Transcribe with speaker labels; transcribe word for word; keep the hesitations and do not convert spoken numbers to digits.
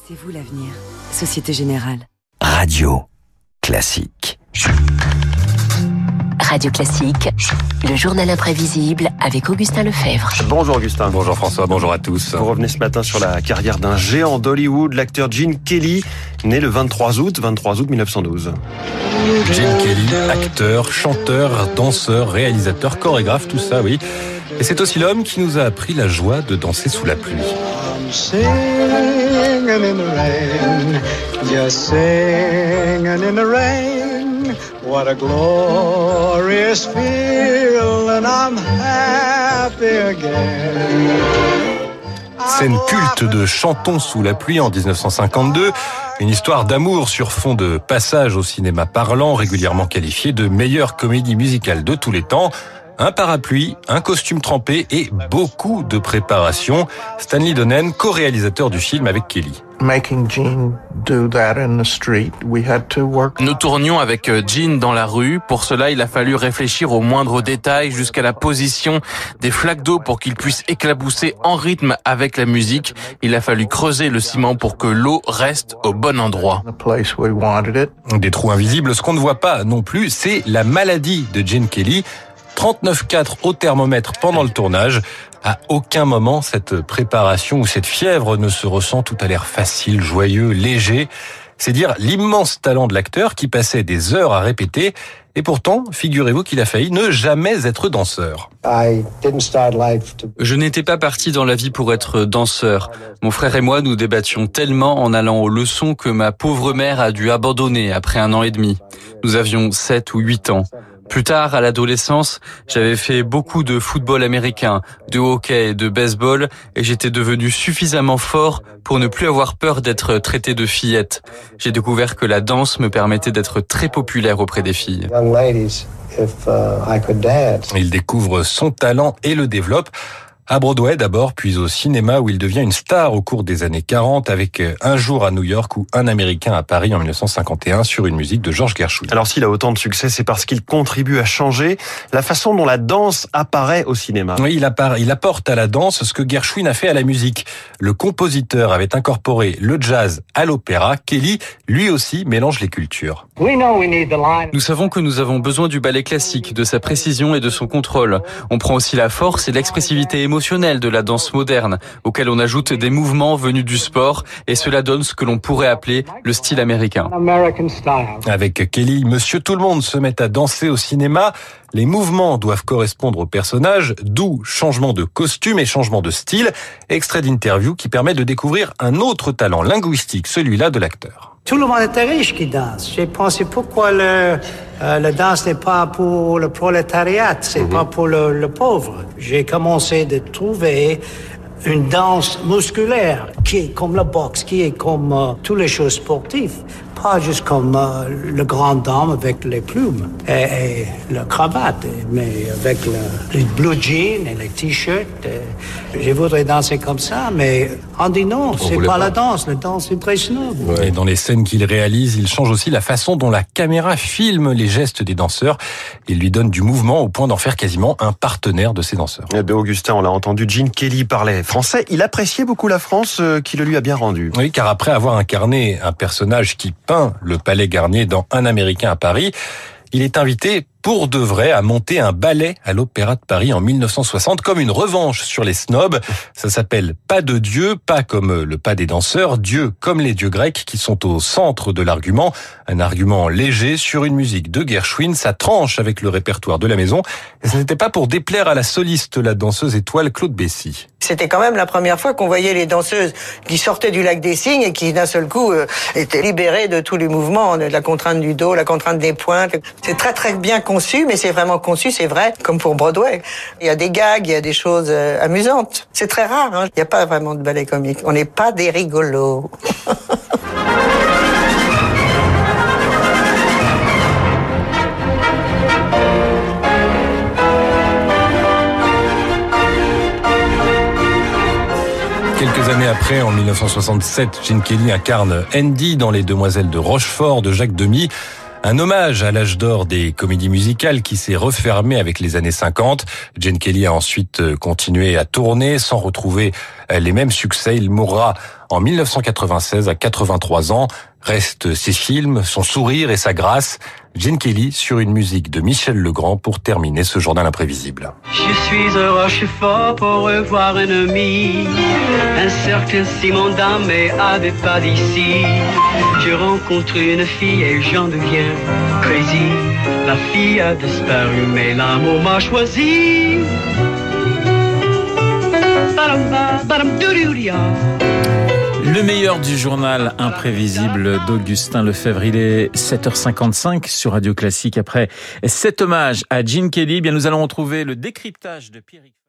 Speaker 1: C'est vous l'avenir. Société Générale.
Speaker 2: Radio Classique.
Speaker 3: Radio Classique, le journal imprévisible avec Augustin Lefebvre.
Speaker 4: Bonjour Augustin.
Speaker 5: Bonjour François, bonjour à tous.
Speaker 4: Vous revenez ce matin sur la carrière d'un géant d'Hollywood, l'acteur Gene Kelly, né le vingt-trois août mille neuf cent douze.
Speaker 5: Gene Kelly, acteur, chanteur, danseur, réalisateur, chorégraphe, tout ça, oui. Et c'est aussi l'homme qui nous a appris la joie de danser sous la pluie.
Speaker 6: Singing in the rain, just singing in the rain. What a glorious feeling, I'm happy again.
Speaker 5: Scène culte de Chantons sous la pluie en dix-neuf cent cinquante-deux, une histoire d'amour sur fond de passage au cinéma parlant, régulièrement qualifié de meilleure comédie musicale de tous les temps. Un parapluie, un costume trempé et beaucoup de préparation. Stanley Donen, co-réalisateur du film avec Kelly.
Speaker 7: Making Gene do that in the street, we had to work.
Speaker 8: Nous tournions avec Gene dans la rue. Pour cela, il a fallu réfléchir aux moindres détails jusqu'à la position des flaques d'eau pour qu'il puisse éclabousser en rythme avec la musique. Il a fallu creuser le ciment pour que l'eau reste au bon endroit.
Speaker 7: The place we wanted it.
Speaker 5: Des trous invisibles, ce qu'on ne voit pas non plus, c'est la maladie de Gene Kelly. trente-neuf virgule quatre au thermomètre pendant le tournage. À aucun moment, cette préparation ou cette fièvre ne se ressent. Tout a l'air facile, joyeux, léger. C'est dire l'immense talent de l'acteur qui passait des heures à répéter. Et pourtant, figurez-vous qu'il a failli ne jamais être danseur.
Speaker 9: Je n'étais pas parti dans la vie pour être danseur. Mon frère et moi, nous débattions tellement en allant aux leçons que ma pauvre mère a dû abandonner après un an et demi. Nous avions sept ou huit ans. Plus tard, à l'adolescence, j'avais fait beaucoup de football américain, de hockey et de baseball, et j'étais devenu suffisamment fort pour ne plus avoir peur d'être traité de fillette. J'ai découvert que la danse me permettait d'être très populaire auprès des filles.
Speaker 5: Il découvre son talent et le développe. À Broadway d'abord, puis au cinéma où il devient une star au cours des années quarante avec Un jour à New York ou Un Américain à Paris en dix-neuf cent cinquante et un sur une musique de George Gershwin.
Speaker 4: Alors s'il a autant de succès, c'est parce qu'il contribue à changer la façon dont la danse apparaît au cinéma.
Speaker 5: Oui, il, apparaît, il apporte à la danse ce que Gershwin a fait à la musique. Le compositeur avait incorporé le jazz à l'opéra. Kelly, lui aussi, mélange les cultures.
Speaker 9: Nous savons que nous avons besoin du ballet classique, de sa précision et de son contrôle. On prend aussi la force et l'expressivité émotionnelle de la danse moderne, auquel on ajoute des mouvements venus du sport, et cela donne ce que l'on pourrait appeler le style américain.
Speaker 5: Avec Kelly, Monsieur Tout-le-Monde se met à danser au cinéma. Les mouvements doivent correspondre aux personnages, d'où changement de costume et changement de style. Extrait d'interview qui permet de découvrir un autre talent linguistique, celui-là de l'acteur.
Speaker 10: Tout le monde était riche qui danse. J'ai pensé pourquoi le, euh, la danse n'est pas pour le prolétariat, c'est mm-hmm. pas pour le, le pauvre. J'ai commencé de trouver une danse musculaire qui est comme la boxe, qui est comme euh, toutes les choses sportives. Pas juste comme euh, le grand dame avec les plumes et, et la cravate, mais avec le, les blue jeans et les t-shirts. Et je voudrais danser comme ça, mais on dit non, on c'est pas, pas la danse. La danse est très snob.
Speaker 5: Et dans les scènes qu'il réalise, il change aussi la façon dont la caméra filme les gestes des danseurs. Il lui donne du mouvement au point d'en faire quasiment un partenaire de ses danseurs.
Speaker 4: Eh bien, Augustin, on l'a entendu, Gene Kelly parlait français. Il appréciait beaucoup la France, euh, qui le lui a bien rendu.
Speaker 5: Oui, car après avoir incarné un personnage qui peint le Palais Garnier dans Un Américain à Paris, il est invité pour de vrai à monter un ballet à l'Opéra de Paris en dix-neuf cent soixante comme une revanche sur les snobs. Ça s'appelle Pas de Dieu, pas comme le pas des danseurs, Dieu comme les dieux grecs qui sont au centre de l'argument. Un argument léger sur une musique de Gershwin, ça tranche avec le répertoire de la maison. Et ce n'était pas pour déplaire à la soliste, la danseuse étoile Claude Bessy.
Speaker 11: C'était quand même la première fois qu'on voyait les danseuses qui sortaient du lac des Cygnes et qui d'un seul coup euh, étaient libérées de tous les mouvements, de la contrainte du dos, la contrainte des pointes. C'est très très bien conçu, mais c'est vraiment conçu, c'est vrai, comme pour Broadway. Il y a des gags, il y a des choses euh, amusantes. C'est très rare, hein. Il n'y a pas vraiment de ballet comique. On n'est pas des rigolos.
Speaker 5: Quelques années après, en dix-neuf cent soixante-sept, Gene Kelly incarne Andy dans Les Demoiselles de Rochefort de Jacques Demy. Un hommage à l'âge d'or des comédies musicales qui s'est refermé avec les années cinquante. Gene Kelly a ensuite continué à tourner sans retrouver les mêmes succès. Il mourra En mille neuf cent quatre-vingt-seize, à quatre-vingt-trois ans, restent ses films, son sourire et sa grâce. Gene Kelly sur une musique de Michel Legrand pour terminer ce journal imprévisible.
Speaker 12: Je suis un rochefort pour revoir un ami. Un cercle si mon dame avait pas d'ici. Je rencontre une fille et j'en deviens crazy. La fille a disparu mais l'amour m'a choisi.
Speaker 13: Le meilleur du journal imprévisible d'Augustin Lefebvre. Il est sept heures cinquante-cinq sur Radio Classique. Après cet hommage à Gene Kelly, bien nous allons retrouver le décryptage de Pierre.